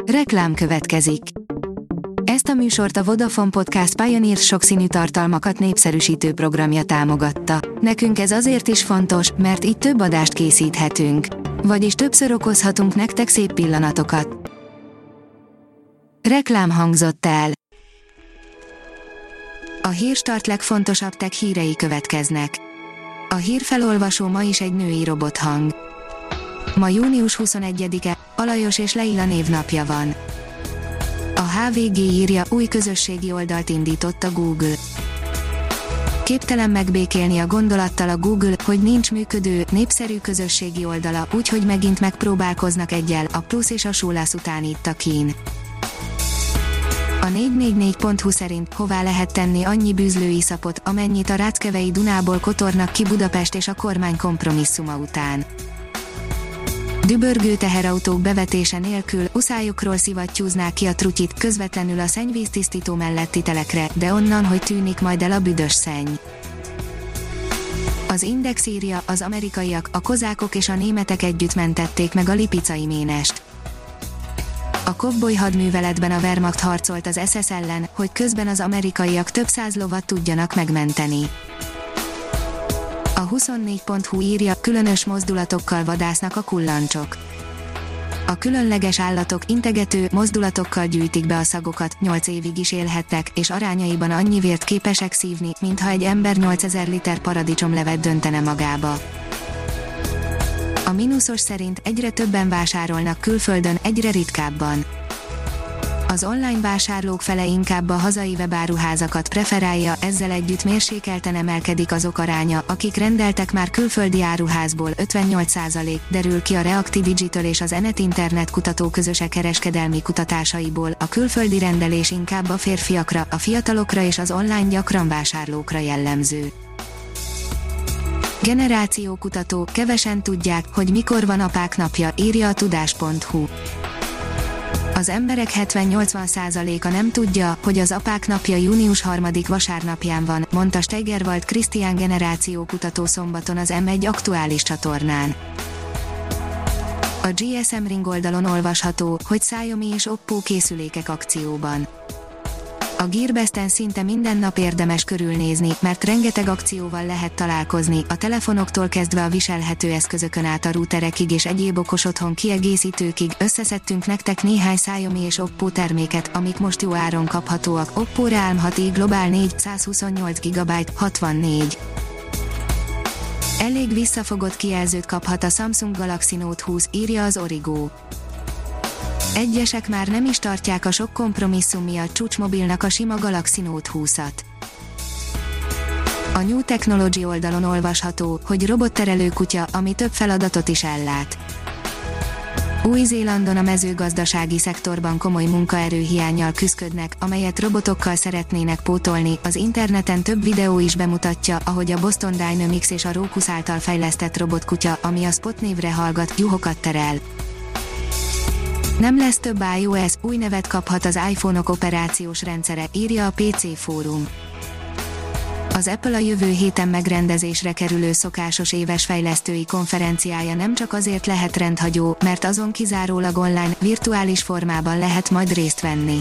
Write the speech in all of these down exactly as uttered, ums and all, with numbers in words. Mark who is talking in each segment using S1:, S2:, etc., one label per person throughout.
S1: Reklám következik. Ezt a műsort a Vodafone Podcast Pioneer sokszínű tartalmakat népszerűsítő programja támogatta. Nekünk ez azért is fontos, mert így több adást készíthetünk. Vagyis többször okozhatunk nektek szép pillanatokat. Reklám hangzott el. A Hírstart legfontosabb tech hírei következnek. A hírfelolvasó ma is egy női robothang. Ma június huszonegyedike, Alajos és Leila névnapja van. A há vé gé írja, új közösségi oldalt indított a Google. Képtelen megbékélni a gondolattal a Google, hogy nincs működő, népszerű közösségi oldala, úgyhogy megint megpróbálkoznak eggyel, a plusz és a sólász után itt a kín. A négy négy négy pont hu szerint hová lehet tenni annyi bűzlőiszapot, amennyit a Ráckevei Dunából kotornak ki Budapest és a kormány kompromisszuma után. Dübörgő teherautók bevetése nélkül uszályokról szivattyúznák ki a trutyit közvetlenül a szennyvíztisztító melletti telekre, de onnan, hogy tűnik majd el a büdös szenny. Az Index írja, az amerikaiak, a kozákok és a németek együtt mentették meg a lipicai ménest. A Cowboy hadműveletben a Wehrmacht harcolt az es es ellen, hogy közben az amerikaiak több száz lovat tudjanak megmenteni. A huszonnégy pont hu írja, különös mozdulatokkal vadásznak a kullancsok. A különleges állatok integető mozdulatokkal gyűjtik be a szagokat, nyolc évig is élhettek, és arányaiban annyi vért képesek szívni, mintha egy ember nyolcezer liter paradicsomlevet döntene magába. A mínuszos szerint egyre többen vásárolnak külföldön, egyre ritkábban. Az online vásárlók fele inkább a hazai webáruházakat preferálja, ezzel együtt mérsékelten emelkedik azok aránya, akik rendeltek már külföldi áruházból, ötvennyolc százalék, derül ki a Reacti Digital és az Enet Internet kutató közöse kereskedelmi kutatásaiból. A külföldi rendelés inkább a férfiakra, a fiatalokra és az online gyakran vásárlókra jellemző. Generációkutató, kevesen tudják, hogy mikor van apák napja, írja a tudás pont hu. Az emberek hetven-nyolcvan százaléka nem tudja, hogy az apák napja június harmadika vasárnapján van, mondta Steigerwald Krisztián generációkutató szombaton az em egy aktuális csatornán. A gé es em Ring oldalon olvasható, hogy Xiaomi és Oppo készülékek akcióban. A Gearbesten szinte minden nap érdemes körülnézni, mert rengeteg akcióval lehet találkozni, a telefonoktól kezdve a viselhető eszközökön át a routerekig és egyéb okos otthon kiegészítőkig. Összeszedtünk nektek néhány Xiaomi és Oppo terméket, amik most jó áron kaphatóak. Oppo Realm hat i Global négy, százhuszonnyolc gigabyte, hatvannégy. Elég visszafogott kijelzőt kaphat a Samsung Galaxy Note húsz, írja az Origo. Egyesek már nem is tartják a sok kompromisszum miatt csúcsmobilnak a sima Galaxy Note húszat. A New Technology oldalon olvasható, hogy robotterelő kutya, ami több feladatot is ellát. Új-Zélandon a mezőgazdasági szektorban komoly munkaerőhiánnyal küszködnek, amelyet robotokkal szeretnének pótolni. Az interneten több videó is bemutatja, ahogy a Boston Dynamics és a Roku által fejlesztett robotkutya, ami a Spot névre hallgat, juhokat terel. Nem lesz több iOS, új nevet kaphat az iPhone-ok operációs rendszere, írja a pé cé Fórum. Az Apple a jövő héten megrendezésre kerülő szokásos éves fejlesztői konferenciája nem csak azért lehet rendhagyó, mert azon kizárólag online, virtuális formában lehet majd részt venni.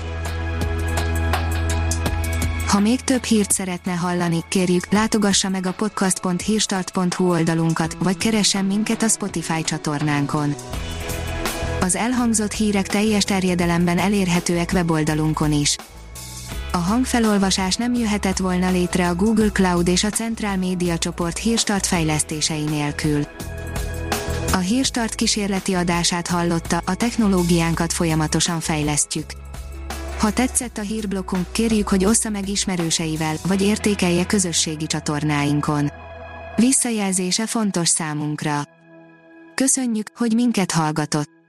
S1: Ha még több hírt szeretne hallani, kérjük, látogassa meg a podcast pont hírstart pont hu oldalunkat, vagy keressen minket a Spotify csatornánkon. Az elhangzott hírek teljes terjedelemben elérhetőek weboldalunkon is. A hangfelolvasás nem jöhetett volna létre a Google Cloud és a Central Média csoport Hírstart fejlesztései nélkül. A Hírstart kísérleti adását hallotta, a technológiánkat folyamatosan fejlesztjük. Ha tetszett a hírblokkunk, kérjük, hogy ossza meg ismerőseivel, vagy értékelje közösségi csatornáinkon. Visszajelzése fontos számunkra. Köszönjük, hogy minket hallgatott!